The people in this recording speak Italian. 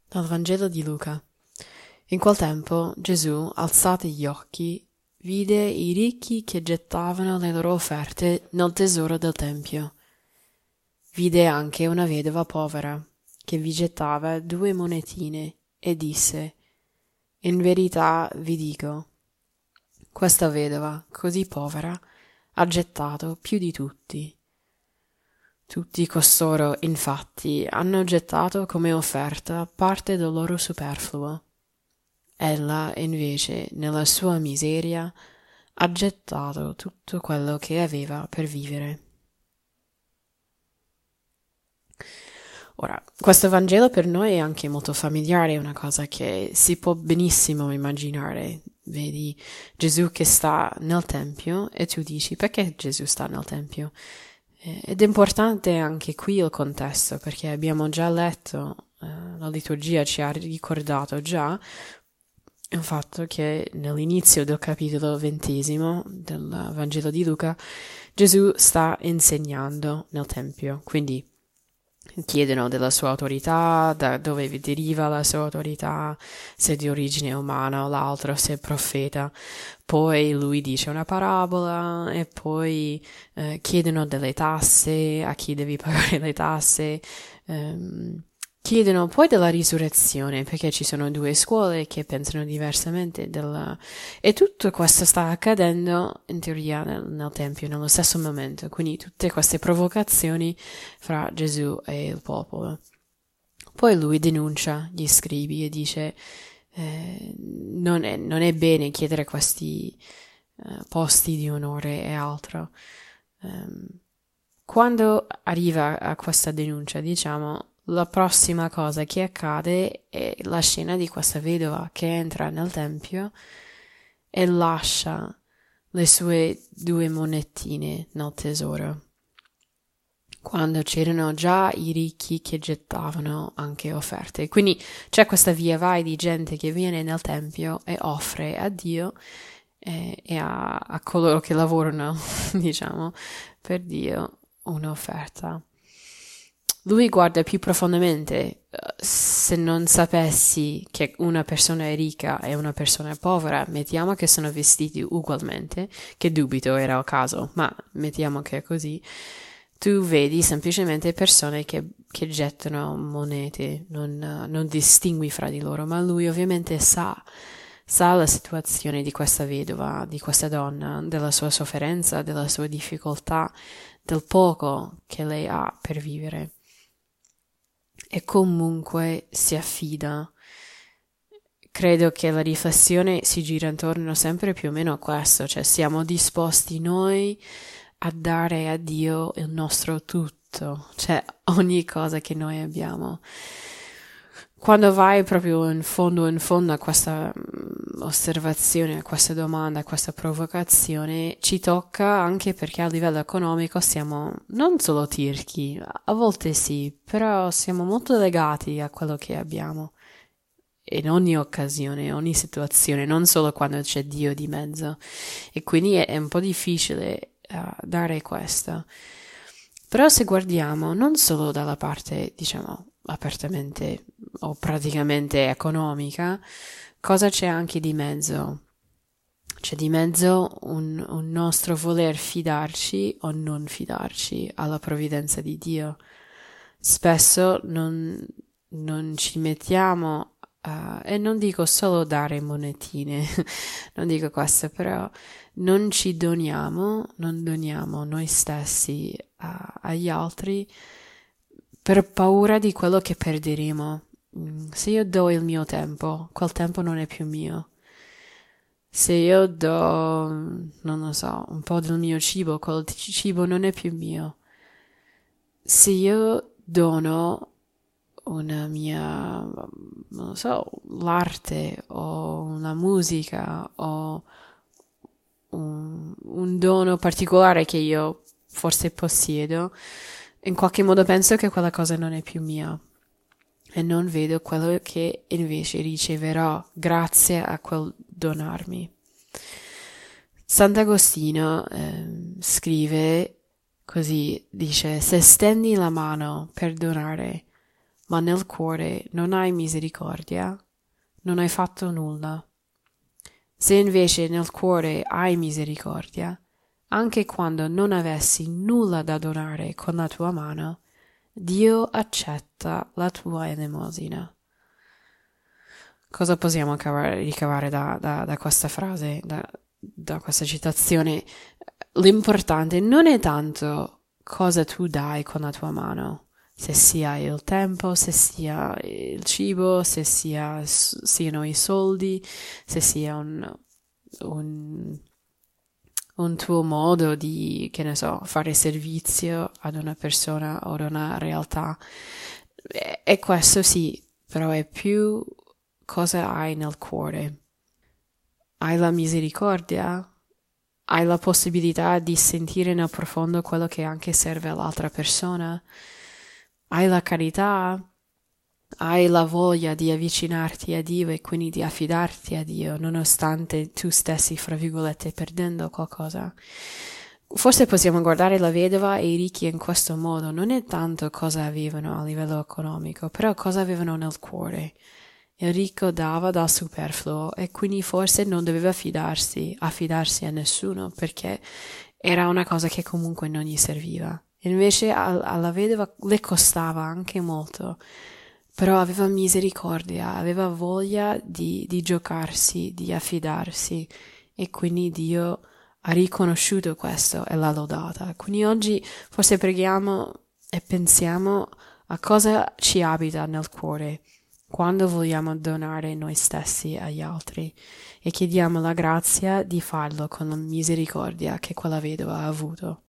Dal Vangelo di Luca. In quel tempo Gesù, alzati gli occhi, vide i ricchi che gettavano le loro offerte nel tesoro del tempio. Vide anche una vedova povera che vi gettava 2 monetine e disse: In verità vi dico, questa vedova, così povera, ha gettato più di tutti. Tutti costoro, infatti, hanno gettato come offerta parte del loro superfluo. Ella, invece, nella sua miseria, ha gettato tutto quello che aveva per vivere. Ora, questo Vangelo per noi è anche molto familiare, è una cosa che si può benissimo immaginare. Vedi Gesù che sta nel Tempio e tu dici: perché Gesù sta nel Tempio? Ed è importante anche qui il contesto, perché abbiamo già letto, la liturgia ci ha ricordato già il fatto che nell'inizio del capitolo 20 del Vangelo di Luca Gesù sta insegnando nel Tempio, quindi chiedono della sua autorità, da dove deriva la sua autorità, se è di origine umana o l'altro, se è profeta. Poi lui dice una parabola e poi chiedono delle tasse, a chi devi pagare le tasse. Chiedono poi della risurrezione, perché ci sono 2 scuole che pensano diversamente e tutto questo sta accadendo in teoria nel Tempio, nello stesso momento, quindi tutte queste provocazioni fra Gesù e il popolo. Poi lui denuncia gli scribi e dice non è bene chiedere questi posti di onore e altro. Quando arriva a questa denuncia, diciamo, la prossima cosa che accade è la scena di questa vedova che entra nel tempio e lascia le sue 2 monetine nel tesoro, quando c'erano già i ricchi che gettavano anche offerte. Quindi c'è questa via vai di gente che viene nel tempio e offre a Dio e a coloro che lavorano, diciamo, per Dio un'offerta. Lui guarda più profondamente. Se non sapessi che una persona è ricca e una persona è povera, mettiamo che sono vestiti ugualmente, che dubito era il caso, ma mettiamo che è così, tu vedi semplicemente persone che gettano monete, non distingui fra di loro, ma lui ovviamente sa la situazione di questa vedova, di questa donna, della sua sofferenza, della sua difficoltà, del poco che lei ha per vivere. E comunque si affida. Credo che la riflessione si gira intorno sempre più o meno a questo, cioè siamo disposti noi a dare a Dio il nostro tutto, cioè ogni cosa che noi abbiamo. Quando vai proprio in fondo a questa osservazione, a questa domanda, a questa provocazione, ci tocca anche perché a livello economico siamo non solo tirchi, a volte sì, però siamo molto legati a quello che abbiamo in ogni occasione, in ogni situazione, non solo quando c'è Dio di mezzo. E quindi è un po' difficile dare questo. Però se guardiamo non solo dalla parte, diciamo, apertamente o praticamente economica, cosa c'è anche di mezzo? C'è di mezzo un nostro voler fidarci o non fidarci alla provvidenza di Dio. Spesso non ci mettiamo, e non dico solo dare monetine, non dico questo, però non doniamo noi stessi agli altri per paura di quello che perderemo. Se io do il mio tempo, quel tempo non è più mio. Se io do, non lo so, un po' del mio cibo, quel cibo non è più mio. Se io dono una mia, non lo so, l'arte o la musica o un dono particolare che io forse possiedo, in qualche modo penso che quella cosa non è più mia e non vedo quello che invece riceverò grazie a quel donarmi. Sant'Agostino scrive così, dice: se stendi la mano per donare, ma nel cuore non hai misericordia, non hai fatto nulla. Se invece nel cuore hai misericordia, anche quando non avessi nulla da donare con la tua mano, Dio accetta la tua elemosina. Cosa possiamo ricavare da questa frase, da questa citazione? L'importante non è tanto cosa tu dai con la tua mano, se sia il tempo, se sia il cibo, se siano i soldi, se sia un tuo modo di, che ne so, fare servizio ad una persona o ad una realtà. E questo sì, però è più cosa hai nel cuore. Hai la misericordia? Hai la possibilità di sentire nel profondo quello che anche serve all'altra persona? Hai la carità? Hai la voglia di avvicinarti a Dio e quindi di affidarti a Dio, nonostante tu stessi, fra virgolette, perdendo qualcosa. Forse possiamo guardare la vedova e i ricchi in questo modo. Non è tanto cosa avevano a livello economico, però cosa avevano nel cuore. Il ricco dava dal superfluo e quindi forse non doveva affidarsi a nessuno, perché era una cosa che comunque non gli serviva. Invece alla vedova le costava anche molto, però aveva misericordia, aveva voglia di giocarsi, di affidarsi, e quindi Dio ha riconosciuto questo e l'ha lodata. Quindi oggi forse preghiamo e pensiamo a cosa ci abita nel cuore quando vogliamo donare noi stessi agli altri, e chiediamo la grazia di farlo con la misericordia che quella vedova ha avuto.